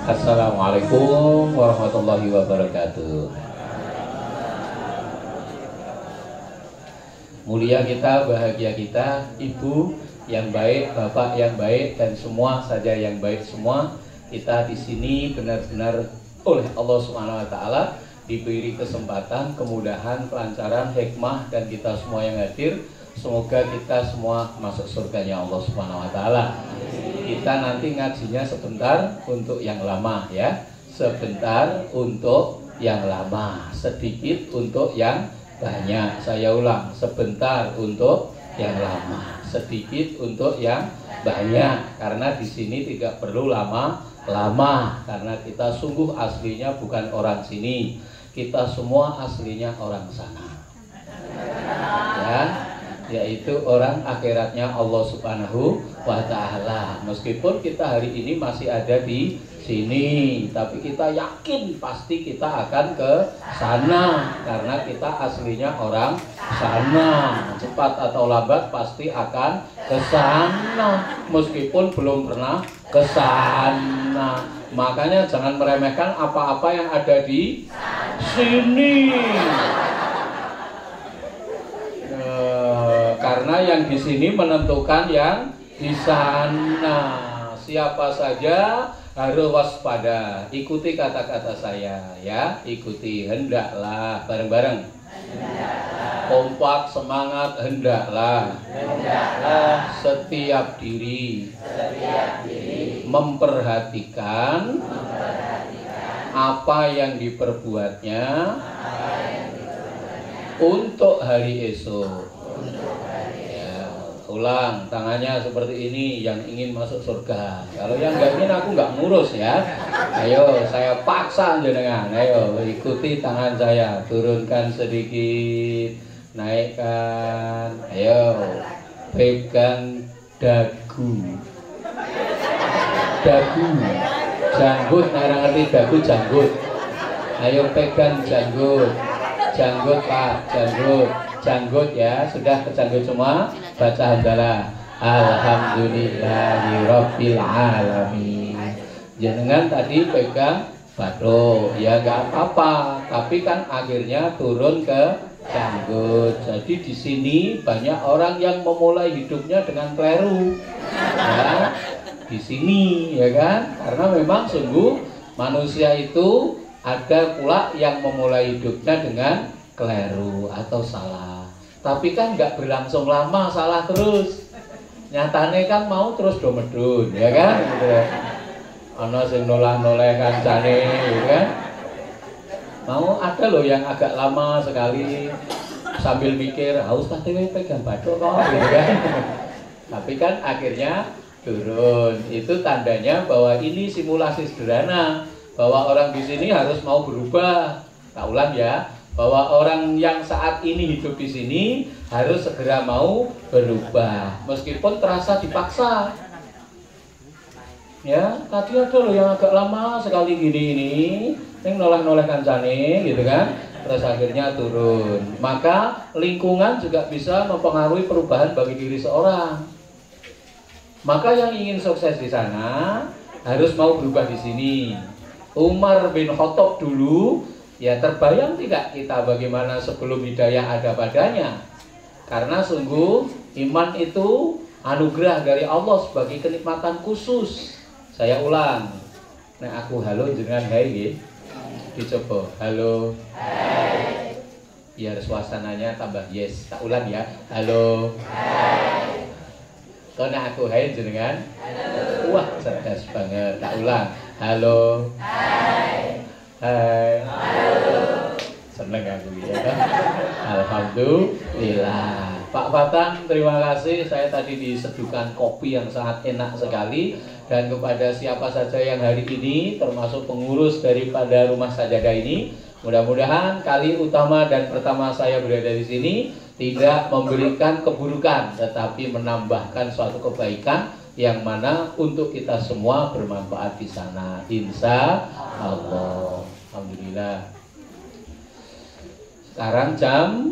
Assalamualaikum warahmatullahi wabarakatuh. Mulia kita, bahagia kita, ibu yang baik, bapak yang baik, dan semua saja yang baik semua. Kita di sini benar-benar oleh Allah Subhanahu wa taala diberi kesempatan, kemudahan, kelancaran, hikmah, dan kita semua yang hadir. Semoga kita semua masuk surganya Allah Subhanahu wa taala. Kita nanti ngajinya sebentar untuk yang lama ya. Sebentar untuk yang lama, sedikit untuk yang banyak. Saya ulang, sebentar untuk yang lama, sedikit untuk yang banyak. Karena di sini tidak perlu lama-lama, karena kita sungguh aslinya bukan orang sini. Kita semua aslinya orang sana. Ya, yaitu orang akhiratnya Allah Subhanahu wa taala. Meskipun kita hari ini masih ada di sini, tapi kita yakin pasti kita akan ke sana karena kita aslinya orang sana. Cepat atau lambat pasti akan ke sana meskipun belum pernah ke sana. Makanya jangan meremehkan apa-apa yang ada di sini. Karena yang di sini menentukan yang di sana. Siapa saja harus waspada. Ikuti kata-kata saya ya. Ikuti, hendaklah bareng-bareng. Kompak, semangat, hendaklah. Setiap diri memperhatikan apa yang diperbuatnya untuk hari esok. Ulang, tangannya seperti ini yang ingin masuk surga. Kalau yang nggak ingin aku nggak ngurus ya. Ayo, saya paksa jenengan. Ayo, ikuti tangan saya. Turunkan sedikit, naikkan. Ayo, pegang dagu. Dagu, janggut. Nggak ngerti dagu, janggut. Ayo pegang janggut. Janggut Pak, janggut. Janggut ya, sudah kejanggut semua. Baca hamdalah. Alhamdulillahirabbil alamin. Jenengan tadi pegang batu, ya nggak apa-apa, tapi kan akhirnya turun ke janggut. Jadi di sini banyak orang yang memulai hidupnya dengan keliru. Ya, di sini ya kan? Karena memang sungguh manusia itu ada pula yang memulai hidupnya dengan keliru atau salah. Tapi kan nggak berlangsung lama, salah terus. Nyatane kan mau terus do medun, ya kan? Gitu. Ana sing nolah-noleh kancane, ya kan? Mau ada loh yang agak lama sekali sambil mikir, haus tadi pegang batu kok, gitu kan? Tapi kan akhirnya turun. Itu tandanya bahwa ini simulasi sederhana, bahwa orang di sini harus mau berubah. Tak ulang ya. Bahwa orang yang saat ini hidup di sini harus segera mau berubah, meskipun terasa dipaksa. Ya, tadi ada loh yang agak lama sekali gini ini, yang noleh-noleh kancane, gitu kan? Terus akhirnya turun. Maka lingkungan juga bisa mempengaruhi perubahan bagi diri seorang. Maka yang ingin sukses di sana harus mau berubah di sini. Umar bin Khattab dulu. Ya, terbayang tidak kita bagaimana sebelum hidayah ada padanya? Karena sungguh iman itu anugerah dari Allah sebagai kenikmatan khusus. Saya ulang. Nah, aku halo jenengan hai nggih. Dicoba. Halo. Hai. Biar suasananya tambah yes. Tak ulang ya. Halo. Hai. Karena aku hai jenengan. Halo. Wah, cerdas banget. Tak ulang. Halo. Hai. Hai. Halo. Seneng aku ya kan. Alhamdulillah. Pak Fatang, terima kasih. Saya tadi diseduhkan kopi yang sangat enak sekali. Dan kepada siapa saja yang hari ini termasuk pengurus daripada Rumah Sajadah ini, mudah-mudahan kali utama dan pertama saya berada di sini tidak memberikan keburukan, tetapi menambahkan suatu kebaikan yang mana untuk kita semua bermanfaat di sana. Insya Allah. Alhamdulillah. Sekarang jam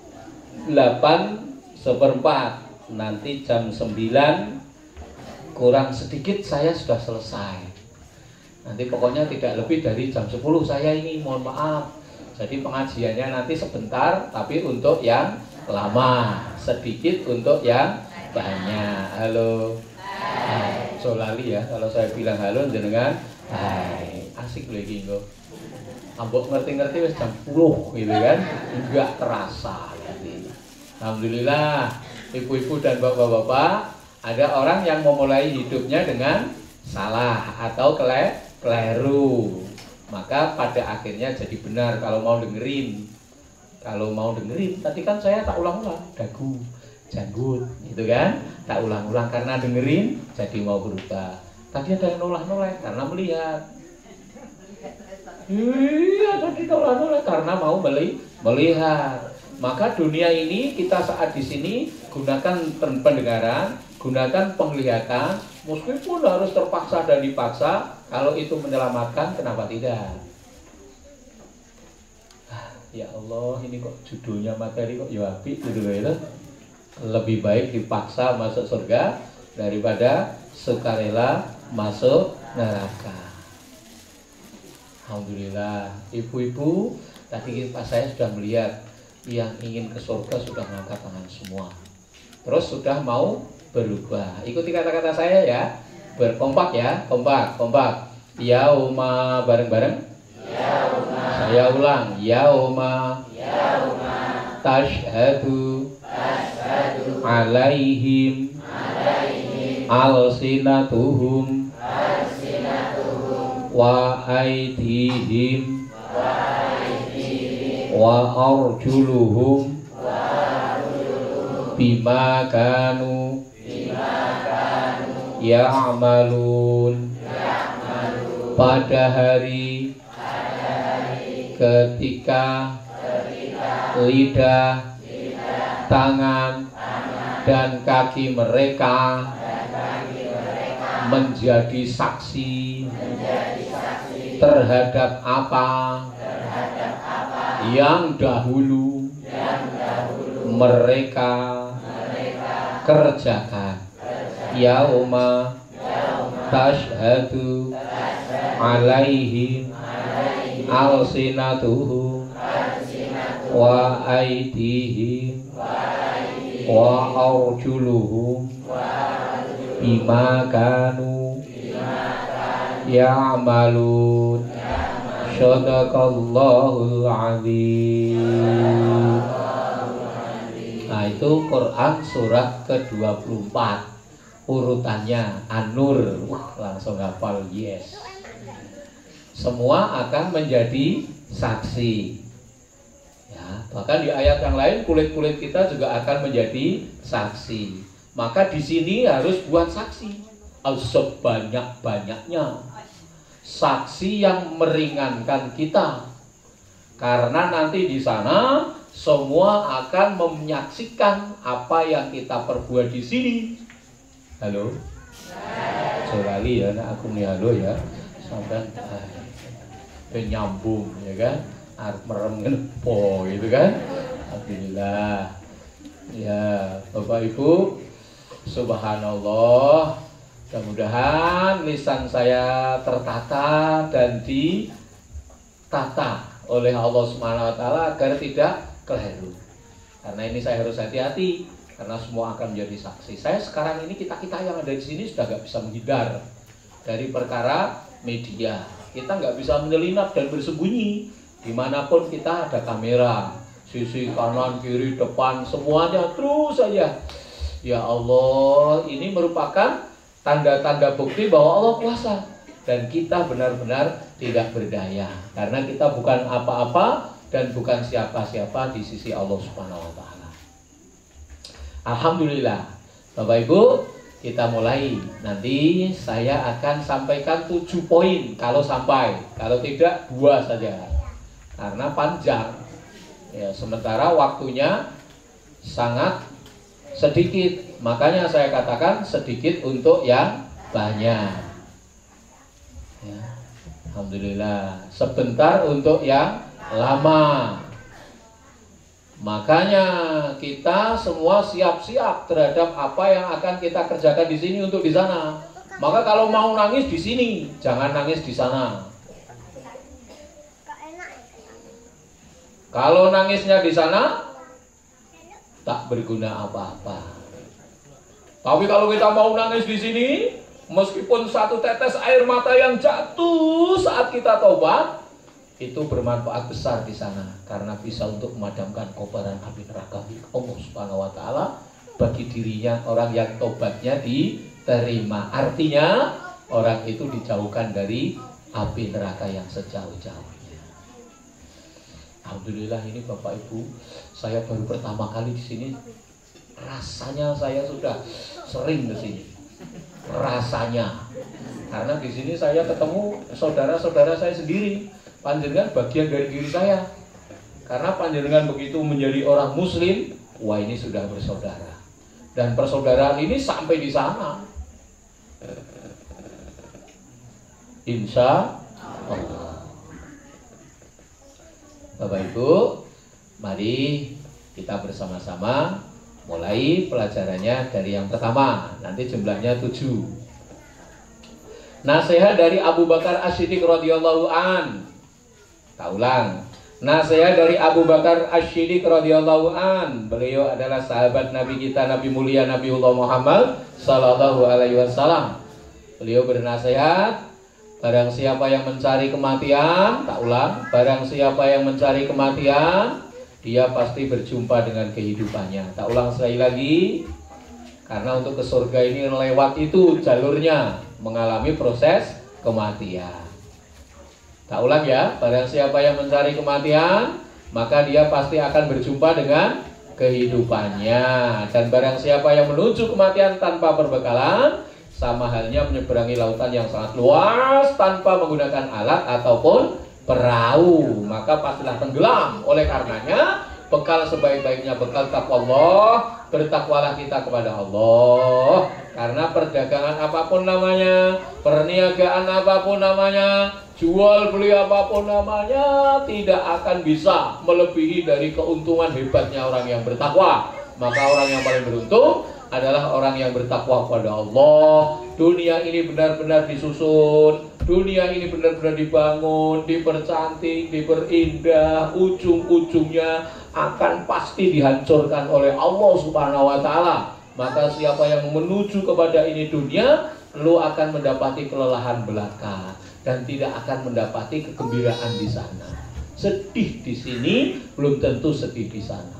8:15. Nanti jam 9 kurang sedikit saya sudah selesai. Nanti pokoknya tidak lebih dari jam 10 saya ini, mohon maaf. Jadi pengajiannya nanti sebentar, tapi untuk yang lama, sedikit untuk yang banyak. Halo. Hai. So lali ya, kalau saya bilang halo jenengan, hai. Asik lagi kok. Ambok ngerti-ngerti wis jam 10 gitu kan, enggak terasa gitu. Alhamdulillah, ibu-ibu dan bapak-bapak, ada orang yang memulai hidupnya dengan salah atau keliru. Maka pada akhirnya jadi benar kalau mau dengerin. Kalau mau dengerin, tadi kan saya tak ulang-ulang, dagu, janggut, gitu kan? Tak ulang-ulang karena dengerin, jadi mau berubah. Tadi ada yang nolak-nolak karena melihat. Iya, tadi nolak-nolak karena mau melihat. Maka dunia ini kita saat di sini gunakan pendengaran, gunakan penglihatan, meskipun harus terpaksa dan dipaksa. Kalau itu menyelamatkan, kenapa tidak? Ya Allah, ini kok judulnya materi kok ya apik gitu ya. Lebih baik dipaksa masuk surga daripada sukarela masuk neraka. Alhamdulillah, ibu-ibu tadi pas saya sudah melihat yang ingin ke surga sudah mengangkat tangan semua. Terus sudah mau berubah. Ikuti kata-kata saya ya. Berkompak ya, kompak. Yauma bareng-bareng. Yauma. Saya ulang. Yauma. Tashhadu alaihim alsinatuhum wa aydihim wa arjuluhum bima kanu ya'malun. Pada hari ketika lidah, tangan, dan kaki mereka menjadi saksi terhadap apa yang dahulu mereka kerjakan. Yauma tashhadu alaihim alsinatuhum wa aydihim wa arjuluhum bima kanu ya'malun. Shadaqallahul azim. Nah itu Quran surat ke-24, urutannya An-Nur. Langsung hafal, yes. Semua akan menjadi saksi ya, bahkan di ayat yang lain kulit-kulit kita juga akan menjadi saksi. Maka di sini harus buat saksi sebanyak-banyaknya, saksi yang meringankan kita, karena nanti di sana semua akan menyaksikan apa yang kita perbuat di sini. Halo, sekali ya, nah aku nih halo ya, sampai nyambung ya kan, arep merem po gitu kan. Alhamdulillah ya Bapak Ibu, subhanallah, mudah-mudahan lisan saya tertata dan ditata oleh Allah Subhanahu wa taala agar tidak keliru. Karena ini saya harus hati-hati karena semua akan menjadi saksi. Saya sekarang ini kita yang ada di sini sudah nggak bisa menghindar dari perkara media. Kita nggak bisa menyelinap dan bersembunyi. Dimanapun kita ada kamera, sisi kanan, kiri, depan, semuanya terus saja. Ya Allah, ini merupakan tanda-tanda bukti bahwa Allah kuasa dan kita benar-benar tidak berdaya karena kita bukan apa-apa dan bukan siapa-siapa di sisi Allah Subhanahu wa taala. Alhamdulillah. Bapak Ibu, kita mulai. Nanti saya akan sampaikan 7 poin kalau sampai, kalau tidak 2 saja. Karena panjang. Ya, sementara waktunya sangat sedikit. Makanya saya katakan sedikit untuk yang banyak. Ya. Alhamdulillah. Sebentar untuk yang lama. Makanya kita semua siap-siap terhadap apa yang akan kita kerjakan di sini untuk di sana. Maka kalau mau nangis di sini, jangan nangis di sana. Kalau nangisnya di sana, tak berguna apa-apa. Tapi kalau kita mau nangis di sini, meskipun satu tetes air mata yang jatuh saat kita tobat, itu bermanfaat besar di sana, karena bisa untuk memadamkan kobaran api neraka Allah Subhanahu wa taala bagi dirinya orang yang tobatnya diterima. Artinya orang itu dijauhkan dari api neraka yang sejauh-jauhnya. Alhamdulillah, ini Bapak Ibu, saya baru pertama kali di sini. Rasanya saya sudah sering ke sini. Rasanya, karena di sini saya ketemu saudara-saudara saya sendiri. Panjenengan bagian dari diri saya. Karena panjenengan begitu menjadi orang Muslim, wah ini sudah bersaudara. Dan persaudaraan ini sampai di sana. Insya Allah. Bapak Ibu, mari kita bersama-sama mulai pelajarannya dari yang pertama. Nanti jumlahnya 7. Nasihat dari Abu Bakar As-Siddiq radhiyallahu an. Tak ulang. Nasihat dari Abu Bakar As-Siddiq radhiyallahu an. Beliau adalah sahabat Nabi kita, Nabi mulia Nabiullah Muhammad sallallahu alaihi wasallam. Beliau bernasihat, barang siapa yang mencari kematian, tak ulang, barang siapa yang mencari kematian, dia pasti berjumpa dengan kehidupannya. Tak ulang sekali lagi, karena untuk ke surga ini lewat itu jalurnya, mengalami proses kematian. Tak ulang ya, barang siapa yang mencari kematian, maka dia pasti akan berjumpa dengan kehidupannya. Dan barang siapa yang menuju kematian tanpa perbekalan, sama halnya menyeberangi lautan yang sangat luas tanpa menggunakan alat ataupun perahu, maka pastilah tenggelam. Oleh karenanya, bekal sebaik-baiknya bekal takwa Allah. Bertakwalah kita kepada Allah. Karena perdagangan apapun namanya, perniagaan apapun namanya, jual beli apapun namanya, tidak akan bisa melebihi dari keuntungan hebatnya orang yang bertakwa. Maka orang yang paling beruntung adalah orang yang bertakwa kepada Allah. Dunia ini benar-benar disusun, dunia ini benar-benar dibangun, dipercantik, diperindah, ujung-ujungnya akan pasti dihancurkan oleh Allah Subhanahu wa taala. Maka siapa yang menuju kepada ini dunia, lu akan mendapati kelelahan belaka dan tidak akan mendapati kegembiraan di sana. Sedih di sini belum tentu sedih di sana.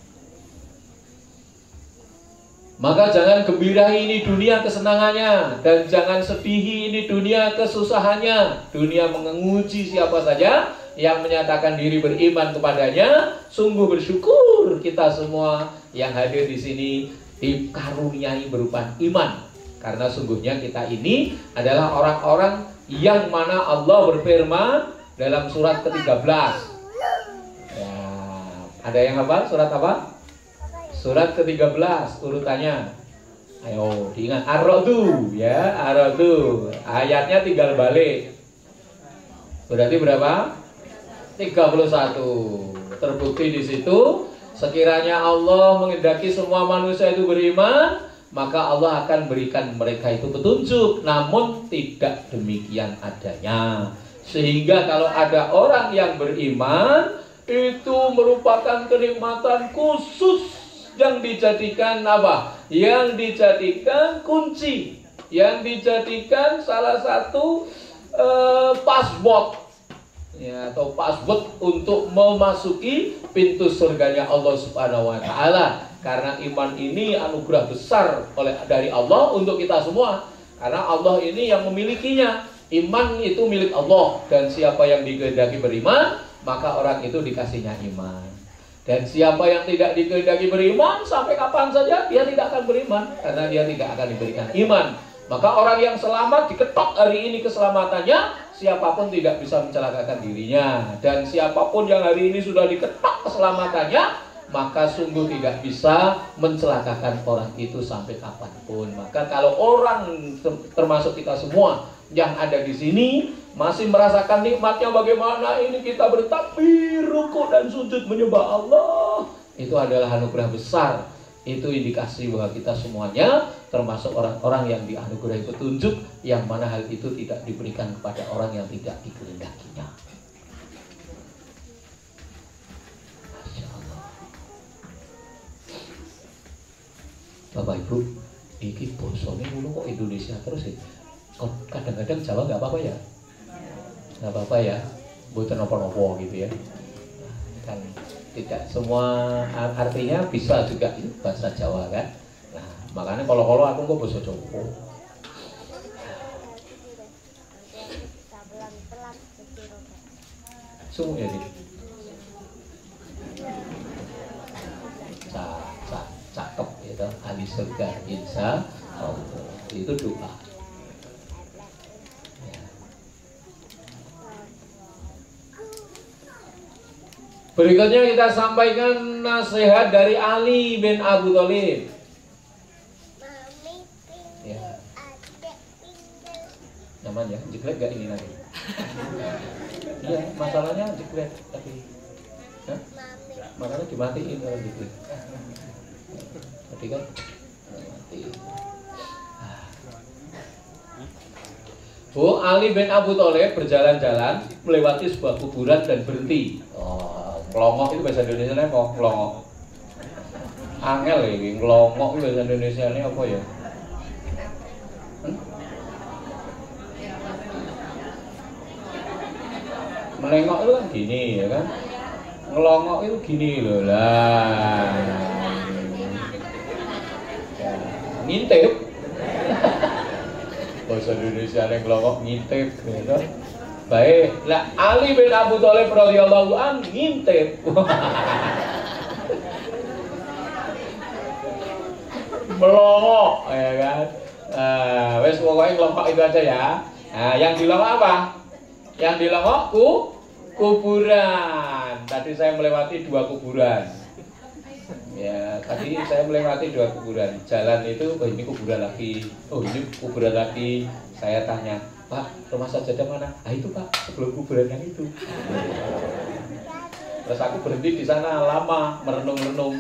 Maka jangan gembirahi ini dunia kesenangannya, dan jangan sedihi ini dunia kesusahannya. Dunia menguji siapa saja yang menyatakan diri beriman kepadanya. Sungguh bersyukur kita semua yang hadir di sini dikaruniai berupa iman. Karena sungguhnya kita ini adalah orang-orang yang mana Allah berfirman dalam surat ke-13. Ya, ada yang apa? Surat apa? Surat ke-13 urutannya. Ayo diingat, Ar-Ra'd ya, Ar-Ra'd. Ayatnya tinggal balik. Berarti berapa? 31. Terbukti di situ, sekiranya Allah menghendaki semua manusia itu beriman, maka Allah akan berikan mereka itu petunjuk. Namun tidak demikian adanya. Sehingga kalau ada orang yang beriman, itu merupakan kenikmatan khusus yang dijadikan apa? Yang dijadikan kunci, yang dijadikan salah satu password ya, atau password untuk memasuki pintu surganya Allah Subhanahu wa taala. Karena iman ini anugerah besar dari Allah untuk kita semua. Karena Allah ini yang memilikinya. Iman itu milik Allah, dan siapa yang dikehendaki beriman, maka orang itu dikasihnya iman. Dan siapa yang tidak dikehendaki beriman, sampai kapan saja dia tidak akan beriman, karena dia tidak akan diberikan iman. Maka orang yang selamat diketok hari ini keselamatannya, siapapun tidak bisa mencelakakan dirinya. Dan siapapun yang hari ini sudah diketok keselamatannya, maka sungguh tidak bisa mencelakakan orang itu sampai kapanpun. Maka kalau orang termasuk kita semua yang ada di sini masih merasakan nikmatnya bagaimana ini kita bertakbir, rukuk dan sujud menyembah Allah, itu adalah anugerah besar Itu indikasi bahwa kita semuanya termasuk orang-orang yang dianugerahi petunjuk, yang mana hal itu tidak diberikan kepada orang yang tidak dikehendakinya. Masya Allah. Bapak Ibu, ini bosone mulu kok Indonesia terus ya. Kadang-kadang Jawa nggak apa-apa ya, nggak apa-apa ya, bukan nopo-nopo gitu ya. Kan tidak semua artinya bisa juga itu bahasa Jawa kan. Nah, makanya kalau aku kok bahasa Jawa. Sungguh ya gitu. Cakep gitu, ahli surga insya Allah. Itu doa. Berikutnya kita sampaikan nasihat dari Ali bin Abu Thalib. Ya. Nyaman ya? Jeglek gak ini nanti? Iya, masalahnya jeglek tapi. Hah? Makanya dimatiin kalau jeglek. Tadi kan mati. Bu, Ali bin Abu Thalib berjalan-jalan melewati sebuah kuburan dan berhenti. Ngelongok itu bahasa Indonesia nya apa? Ngelongok. Angel ya, ngelongok itu bahasa Indonesia nya apa ya? Melengok itu kan gini ya kan? Ngelongok itu gini loh lah. Ya, ngintip. Bahasa Indonesia nya ngelongok ngintip gitu. Baik, lah Ali bin Abu Thalib radhiyallahu an ngintip. Melongok, ya kan? Wes pokoknya ngelongok itu aja ya. Nah, yang dilongok apa? Yang dilongok kuburan. Tadi saya melewati 2 kuburan. Ya, tadi saya melewati 2 kuburan. Jalan itu, oh ini kuburan lagi. Oh ini kuburan lagi. Saya tanya, Pak, rumah sajadah mana? Ah itu Pak, sebelum kuburan yang itu. Terus aku berhenti di sana lama merenung-renung.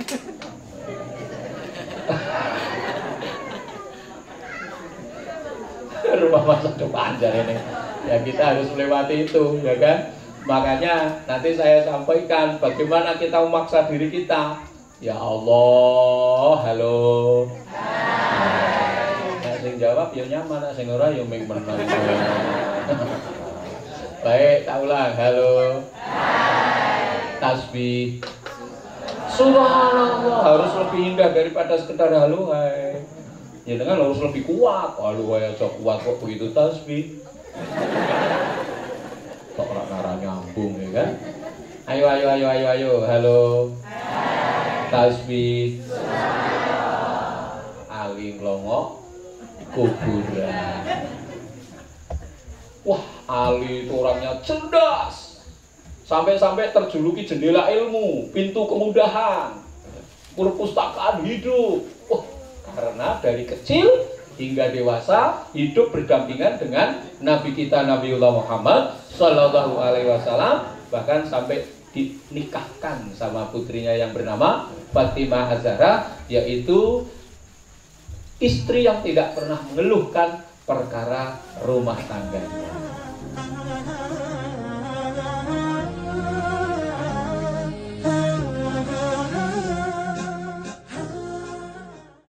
Rumah masa depan ini. Ya kita harus melewati itu, ya kan? Makanya nanti saya sampaikan bagaimana kita memaksa diri kita. Ya Allah, halo. Sing jawab ya nyaman, sing ora ya ming meneng. Baik, tak ulang. Halo. Tasbih. Subhanallah, harus lebih indah daripada sekedar halo hai. Ya dengan harus lebih kuat. Halo hai aja kuat kok begitu tasbih. Kok ora nara nyambung ya kan? Ayo. Halo. Tasbih. Ali nglongok kuburan. Wah, Ali itu orangnya cerdas. Sampai-sampai terjuluki jendela ilmu, pintu kemudahan, perpustakaan hidup. Wah, karena dari kecil hingga dewasa hidup berdampingan dengan Nabi kita Nabiullah Muhammad Sallallahu Alaihi Wasallam, bahkan sampai dinikahkan sama putrinya yang bernama Fatimah Az-Zahra, yaitu istri yang tidak pernah mengeluhkan perkara rumah tangganya.